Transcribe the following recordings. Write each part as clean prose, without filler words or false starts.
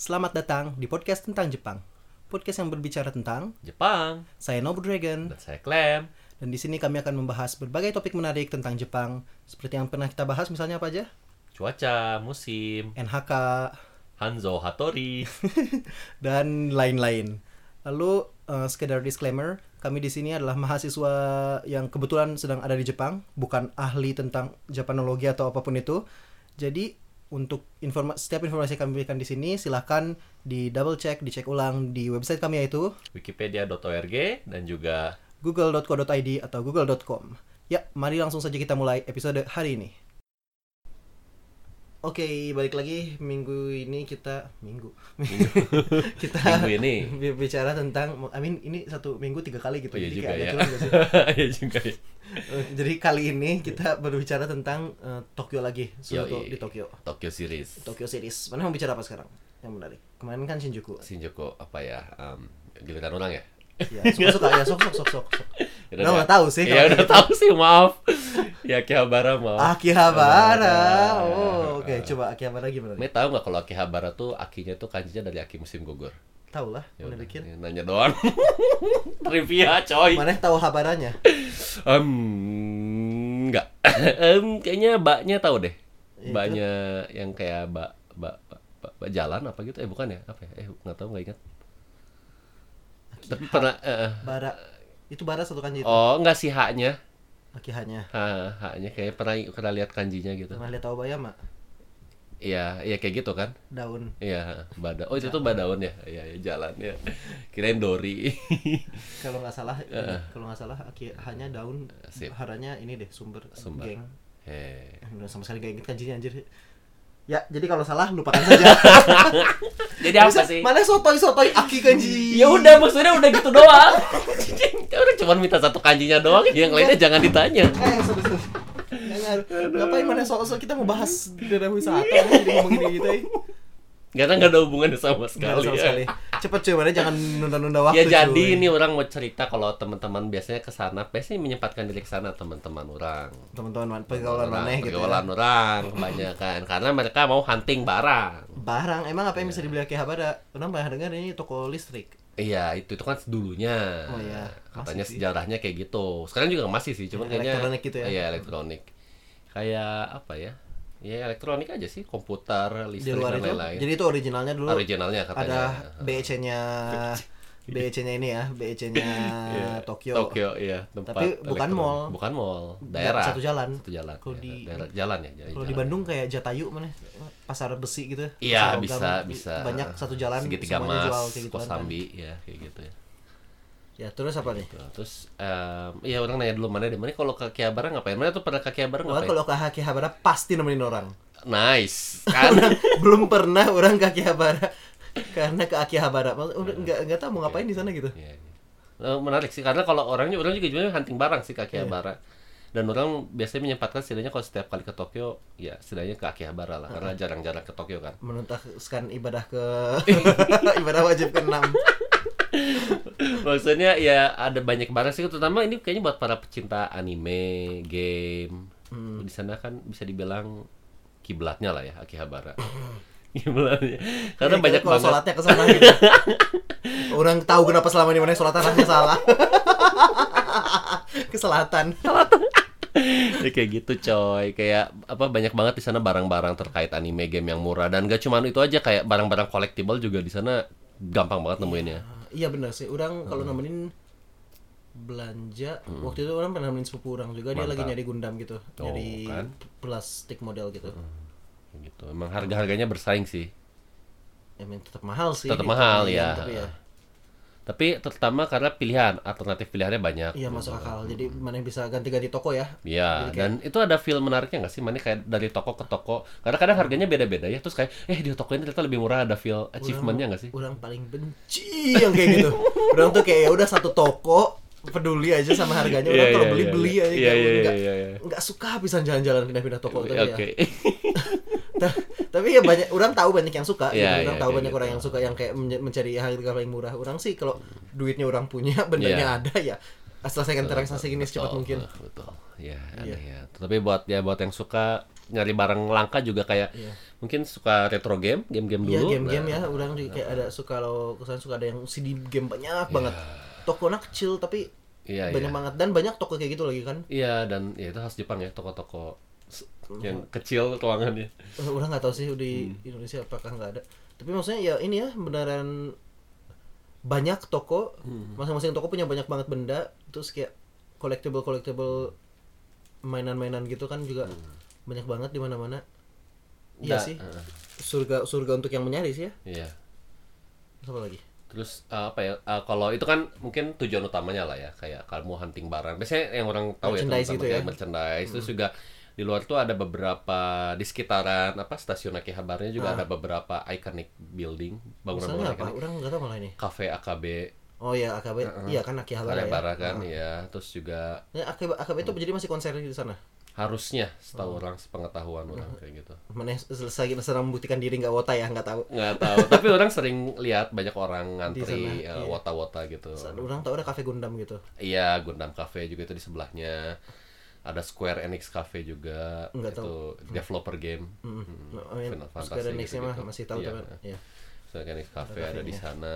Selamat datang di podcast tentang Jepang. Podcast yang berbicara tentang Jepang. saya Nobu Dragon Dan saya Clem. dan di sini kami akan membahas berbagai topik menarik tentang Jepang seperti yang pernah kita bahas misalnya apa aja? Cuaca, musim, NHK Hanzo Hattori. dan lain-lain. Lalu sekedar disclaimer, kami di sini adalah mahasiswa yang kebetulan sedang ada di Jepang, bukan ahli tentang Japanologi atau apapun itu. Jadi untuk setiap informasi yang kami berikan di sini silahkan di double check, dicek ulang di website kami yaitu Wikipedia.org dan juga google.co.id atau google.com. Ya, mari langsung saja kita mulai episode hari ini. Oke, balik lagi minggu ini kita minggu ini. bicara tentang, ini satu minggu 3 kali gitu. Oh iya Jadi juga kayak ya. agak curang gak sih? Iya juga ya. Jadi kali ini kita berbicara tentang Tokyo lagi, Suzuto di Tokyo. Tokyo series. Tokyo series. Mana mau bicara apa sekarang? Yang menarik. Kemarin kan Shinjuku. Shinjuku apa ya? Giliran orang ya? Ya, sok. Ya Udah nggak tahu sih. Ya udah tahu sih, maaf. Ya Akihabara maaf. Akihabara. Oh, oke. Coba Akihabara gimana? Nih tahu nggak kalau Akihabara tuh akinya tuh kanjinya dari aki musim gugur? Tahu lah, Ya mana udah, bikin. nanya doang. Trivia coy. Mana tahu habaranya? Enggak. Kayaknya baknya tahu deh. Itu? Baknya yang kayak bak jalan apa gitu. Bukan ya? Apa ya? Enggak tahu, enggak ingat. Tapi pernah Bara. Itu bara satu kanji itu. oh, enggak sih haknya. Akihanya. Haknya kayak pernah lihat kanjinya gitu. Pernah lihat Aobayama? Iya, iya kayak gitu kan? Daun. Iya, oh itu tuh badaun ya. Iya, ya, jalan ya. Kirain dori. Kalau nggak salah Akihanya daun. Sip. Haranya ini deh sumber. Geng. Udah sama sekali gak inget kanjinya anjir. Ya, jadi kalau salah lupakan saja. Jadi apa sih? Mana sotoy aki kanji. Ya udah, maksudnya udah gitu doang. Udah cuma minta satu kanjinya doang, yang lainnya jangan ditanya. Seru. Ngapain mana sok-sok kita mau bahas daerah wisata jadi ngomongin gitu ya. Karena nggak ada hubungannya sama sekali. Sama sekali. Cepet cuy, mana jangan nunda-nunda waktu. Ya jadi cuy. ini orang mau cerita kalau teman-teman biasanya ke sana, biasanya menyempatkan diri ke sana teman-teman orang. Teman-teman pergaulan maneh gitu. Pergaulan orang kebanyakan karena mereka mau hunting barang. Barang, emang apa yang bisa dibeli Akihabara? Orang pernah dengar ini toko listrik. Iya, itu kan dulunya. Oh iya, Katanya masih sih. sejarahnya kayak gitu. Sekarang juga masih sih, cuma kayaknya Elektronik gitu ya? Iya, elektronik. Kayak apa ya? Ya elektronik aja sih, komputer, Di listrik luar dan itu. lain-lain. Jadi itu originalnya dulu. Originalnya katanya. Ada BEC-nya ini ya, BEC-nya Iya, Tokyo. Tokyo, iya. Tempat Tapi bukan elektronik. mall. Bukan mall, daerah. Satu jalan. Satu jalan. Kalau Ya, di- daerah jalan ya. Kalau di Bandung kayak Jatayu mana? Pasar besi gitu. Iya, Pasar logam. bisa. Banyak satu jalan Segitiga semuanya Mas, jual kayak gitu kan. Kosambi, ya kayak gitu ya. Ya, terus apa nih? Tuh, terus ya orang nanya dulu mana kalau ke Akihabara ngapain? Mana tuh pernah ke Akihabara Wah, ngapain? kalau ke Akihabara pasti nemenin orang. Nice. Kan Belum pernah orang ke Akihabara karena ke Akihabara. Udah enggak tahu mau ngapain di sana gitu. Iya, iya. Menarik sih karena kalau orang juga sebenarnya hunting barang sih ke Akihabara. Dan orang biasanya menyempatkan setidaknya kalau setiap kali ke Tokyo ya setidaknya ke Akihabara lah karena jarang-jarang ke Tokyo kan. Menuntaskan ibadah ke ibadah wajib ke-6. Maksudnya ya ada banyak barang sih, terutama ini kayaknya buat para pecinta anime, game. Di sana kan bisa dibilang kiblatnya lah ya Akihabara. Kiblatnya. Karena Jadi banyak kalau banget. sholatnya ke sana gitu. Orang tahu kenapa selama ini mana sholat arahnya salah. Ke selatan. Ya kayak gitu coy, kayak apa banyak banget di sana barang-barang terkait anime game yang murah dan gak cuma itu aja, kayak barang-barang collectible juga di sana gampang banget nemuinnya. Iya benar sih. Orang kalau nemenin belanja waktu itu orang pernah nemenin sepupu orang juga. Dia Mantap. lagi nyari Gundam gitu. Oh, Nyari kan? plastik model gitu. Gitu. Emang harga-harganya bersaing sih. Ya memang tetap mahal sih. Tetap gitu. mahal Iya, ya. Tapi terutama karena alternatif pilihannya banyak. Iya masuk akal. Jadi mana yang bisa ganti-ganti toko ya? Iya, Jadi dan itu ada feel menariknya nggak sih? Mana kayak dari toko ke toko. Karena kadang harganya beda-beda ya. Terus kayak, di toko ini ternyata lebih murah, ada feel achievementnya nggak sih? Orang paling benci yang kayak gitu. Orang tuh kayak ya udah satu toko peduli aja sama harganya. Orang Iya, kalau iya, beli iya. aja Iya. nggak suka bisa jalan-jalan pindah-pindah toko tuh ya. Oke. Tapi ya orang tahu banyak yang suka. Iya, Gitu. Orang iya, tahu kayak banyak gitu. orang yang suka yang kayak mencari harga paling murah. Orang sih kalau duitnya orang punya, bendanya Iya. ada ya. Selesaikan transaksi ini secepat Betul, mungkin. betul. Ya, Iya. aneh ya. Tapi buat yang suka nyari barang langka juga kayak mungkin suka retro game-game Iya, dulu. game-game ya, orang juga kayak ada suka, kalau kesan suka ada yang CD game banyak banget. Tokonya kecil tapi Iya, banyak banget, dan banyak toko kayak gitu lagi kan. Iya, dan ya itu khas Jepang ya, toko-toko yang kecil ruangannya. Orang nggak tahu sih di Indonesia apakah nggak ada. Tapi maksudnya ya ini ya beneran banyak toko, masing-masing toko punya banyak banget benda, terus kayak collectible mainan-mainan gitu kan juga banyak banget di mana-mana. Iya sih. Surga untuk yang mencari sih ya. Iya. Apa lagi? Terus apa ya? Kalau itu kan mungkin tujuan utamanya lah ya, kayak kamu hunting barang. Biasanya yang orang tahu ya Merchandise gitu ya. merchandise. Terus juga di luar tuh ada beberapa di sekitaran stasiun Akihabarnya juga ada beberapa iconic building, Misalnya bangunan-bangunan apa? iconic. Orang nggak tahu malah ini. Cafe AKB. Oh ya, AKB. Iya kan Akihabara ya. Akihabara kan ya. Terus juga Ya, AKB itu jadi masih konser di sana. harusnya setahu orang, sepengetahuan orang kayak gitu. Mana selesai sedang membuktikan diri nggak wota ya, nggak tahu. Nggak tahu, tapi orang sering lihat banyak orang Di ngantri sana, iya. wota-wota gitu. Orang tahu ada Cafe Gundam gitu. Iya, Gundam Cafe juga itu di sebelahnya. Ada Square Enix Cafe juga. Nggak itu developer game. Final Fantasy Square Enix-nya mah gitu-gitu. masih tahu Iya. teman. Iya. Square Enix Cafe Ada ada di kafenya. sana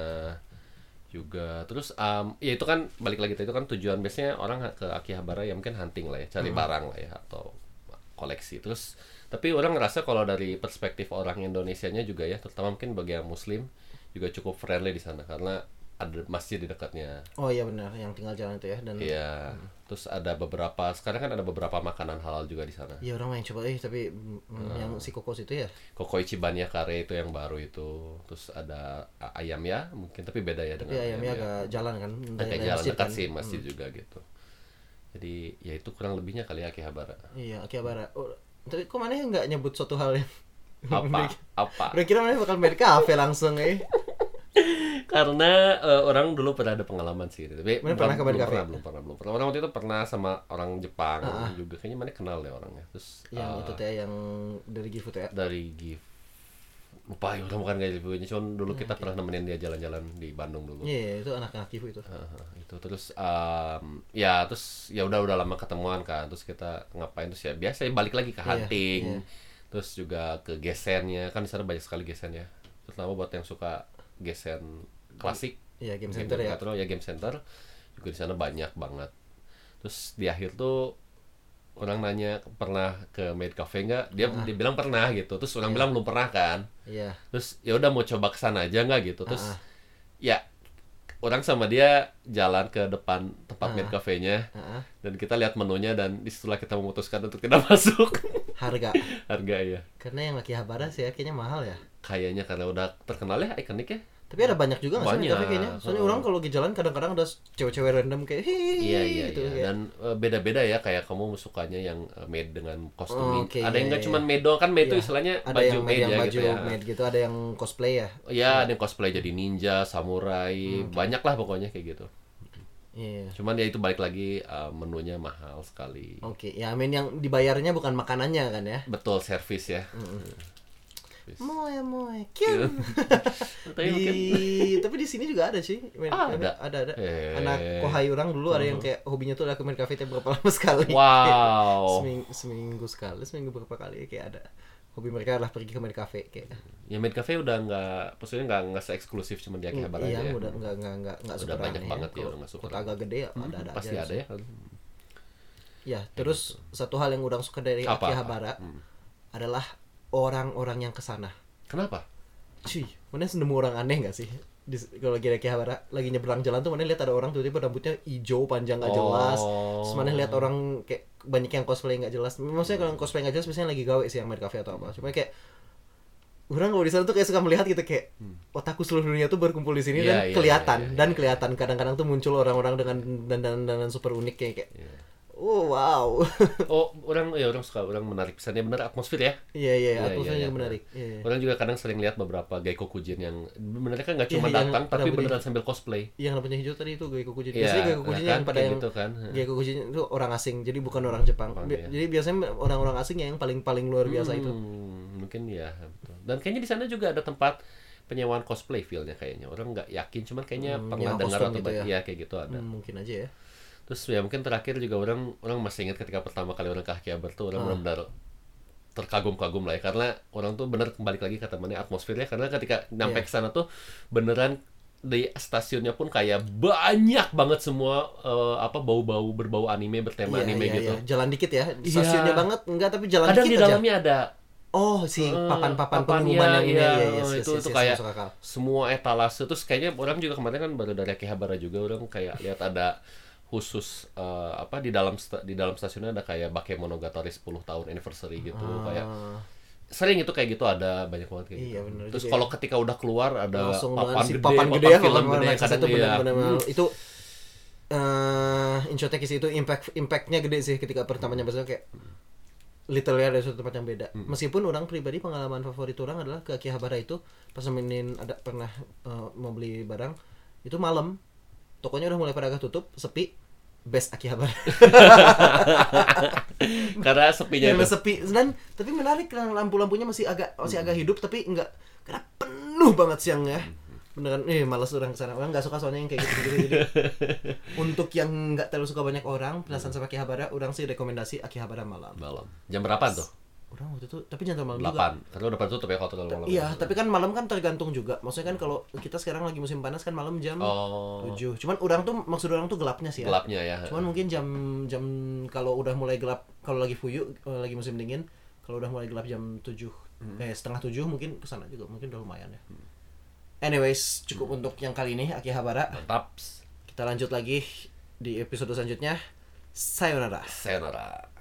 juga. Terus ya itu kan balik lagi itu kan tujuan biasanya orang ke Akihabara ya mungkin hunting lah ya, cari barang lah ya atau koleksi. Terus tapi orang ngerasa kalau dari perspektif orang Indonesianya juga ya, terutama mungkin bagi yang muslim juga cukup friendly di sana karena ada masjid di dekatnya. Oh iya benar, yang tinggal jalan itu ya, dan Iya. Terus ada beberapa, sekarang kan ada beberapa makanan halal juga di sana. iya orang main coba tapi yang si kokos itu ya. Koko Ichiban Kare itu yang baru itu. Terus ada ayam ya, mungkin tapi beda ya Tapi dengan ayamnya ayam ya. agak jalan kan. Agak dari jalan masjid dekat kan. sih masjid juga gitu. Jadi ya itu kurang lebihnya kali ya Akihabara. Iya, Akihabara. Oh, tapi kok mana nggak nyebut suatu hal yang Apa? udah kira mana bakal main kafe langsung Karena orang dulu pernah ada pengalaman sih, tapi Mana pernah ke belum kafe? pernah. Orang waktu itu pernah sama orang Jepang juga, kayaknya mana kenal deh orangnya. Terus yang itu teh yang dari Gifu tuh ya. dari GIF, lupa ya, orang bukan kayak gitu, cuman dulu kita pernah nemenin dia jalan-jalan di Bandung dulu. Iya, itu anak-anak Gifu itu. Itu terus ya terus ya udah lama ketemuan kan, terus kita ngapain, terus ya biasa ya balik lagi ke hunting. Terus juga ke gesennya, kan di sana banyak sekali gesen ya, terutama buat yang suka gesen klasik. Iya, game center ya. Retro, ya game center juga di sana banyak banget. Terus di akhir tuh orang nanya pernah ke Maid Cafe nggak, dia bilang pernah gitu. Terus orang bilang belum pernah kan. Iya. Terus ya udah mau coba kesana aja nggak gitu. Terus ya orang sama dia jalan ke depan tempat Maid Cafe-nya dan kita lihat menunya, dan disitulah kita memutuskan untuk tidak masuk. Harga. Harga ya. Karena yang Akihabara sih ya kayaknya mahal ya. Kayaknya karena udah terkenal ya, ikonik ya. Tapi ada banyak juga nggak sih Maid Banyak. Cafe kayaknya. Soalnya orang kalau lagi jalan kadang-kadang ada cewek-cewek random kayak Iya, gitu. Kayak. Dan beda-beda ya, kayak kamu sukanya yang made dengan kostum. Oke, Ada yang iya, nggak cuma made doang kan, made itu Iya. istilahnya Ada baju yang made yang ya baju gitu ya. made gitu, ada yang cosplay ya. Iya, ada yang cosplay jadi ninja, samurai, banyak lah pokoknya kayak gitu. Iya. Cuman ya itu balik lagi menunya mahal sekali. Oke, ya I mean yang dibayarnya bukan makanannya kan ya. Betul, servis ya. Moe, kill. Tapi mungkin Tapi di sini juga ada sih. ada. Ada. Anak kohai orang dulu ada yang kayak hobinya tuh ada ke main cafe tiap berapa lama sekali. wow. Seminggu sekali, seminggu berapa kali kayak ada. Hobi mereka adalah pergi ke main cafe kayak. Ya Maid Cafe udah nggak, maksudnya nggak se-eksklusif cuma di Akihabara Iya, aja ya. udah enggak Udah super banyak aneh banget ya, Kalau udah nggak super kota agak gede ya ada Pasti aja ada sih. ya. Ya, terus satu hal yang orang suka dari Apa? Akihabara adalah orang-orang yang kesana. Kenapa? Cuy, mana nemu orang aneh gak sih? Kalau lagi di Akihabara, lagi nyebrang jalan tuh mana lihat ada orang tiba-tiba rambutnya hijau panjang gak jelas. Terus mana lihat orang kayak banyak yang cosplay gak jelas. Maksudnya kalau yang cosplay gak jelas biasanya lagi gawe sih yang main cafe atau apa. Cuma kayak orang kalau di sana tuh kayak suka melihat gitu kayak otaku seluruh dunia tuh berkumpul di sini dan kelihatan kadang-kadang tuh muncul orang-orang dengan dandanan super unik kayak oh wow. orang suka, orang menarik pesannya, benar atmosfer ya. Iya, atmosfernya juga menarik. Iya. Orang juga kadang sering lihat beberapa Gaikokujin yang benernya kan nggak cuma Iya, datang tapi rambutnya- beneran sambil cosplay. Yang rambutnya hijau tadi itu Gaikokujin. Iya, Biasanya Gaikokujin kan, yang pada kayak yang gitu kan. Gaikokujin itu orang asing, jadi bukan orang Jepang. Iya. Jadi biasanya orang-orang asing yang paling luar biasa itu. Mungkin ya, betul. Dan kayaknya di sana juga ada tempat penyewaan cosplay feel-nya kayaknya. Orang nggak yakin, cuman kayaknya pernah yang dengar kostum atau gitu ya. kayak gitu ada. Mungkin aja ya. Terus ya mungkin terakhir juga orang masih ingat ketika pertama kali orang ke Akihabara tuh orang benar-benar terkagum-kagum lah ya, karena orang tuh bener kembali lagi ke temannya atmosfernya, karena ketika nyampe ke sana tuh beneran di stasiunnya pun kayak banyak banget semua berbau anime, bertema anime gitu. Jalan dikit ya, stasiunnya banget enggak, tapi jalan Kadang dikit di aja. dalamnya ada papan-papan pengumuman yang ini itu kayak semua etalase. Terus kayaknya orang juga kemarin kan baru dari Akihabara juga, orang kayak lihat ada khusus di dalam stasiunnya ada kayak Bakemonogatari 10 tahun anniversary gitu, kayak sering itu kayak gitu, ada banyak banget kayak gitu. Bener. Terus kalau ketika udah keluar ada papan gede ya, film gede kadang itu benar-benar itu Inchotekis itu impactnya gede sih ketika pertama nyampe sana, kayak literally ada suatu tempat yang beda. Meskipun orang pribadi pengalaman favorit orang adalah ke Akihabara itu pas nemenin pernah mau beli barang itu malam, tokonya udah mulai pada tutup, sepi. Best Akihabara. Karena sepinya itu. Sepi dan tapi menarik, lampu-lampunya masih agak hidup, tapi enggak karena penuh banget siangnya. Beneran malas orang kesana. Orang enggak suka soalnya yang kayak gitu-gitu. Jadi untuk yang enggak terlalu suka banyak orang penasaran sama Akihabara, orang sih rekomendasi Akihabara malam. Jam berapa tuh? Orang waktu itu tapi jangan malam 8. juga. Karena udah pada tutup ya kalau terlalu malam. Iya, tapi kan malam kan tergantung juga. Maksudnya kan kalau kita sekarang lagi musim panas kan malam jam 7. Cuman maksud orang tuh gelapnya sih ya. Gelapnya ya. Cuman mungkin jam kalau udah mulai gelap, kalau lagi fuyu, lagi musim dingin, kalau udah mulai gelap jam 7, setengah 7 mungkin kesana juga, mungkin udah lumayan ya. Anyways, cukup untuk yang kali ini Akihabara. Mantap. Kita lanjut lagi di episode selanjutnya. Sayonara. Sayonara.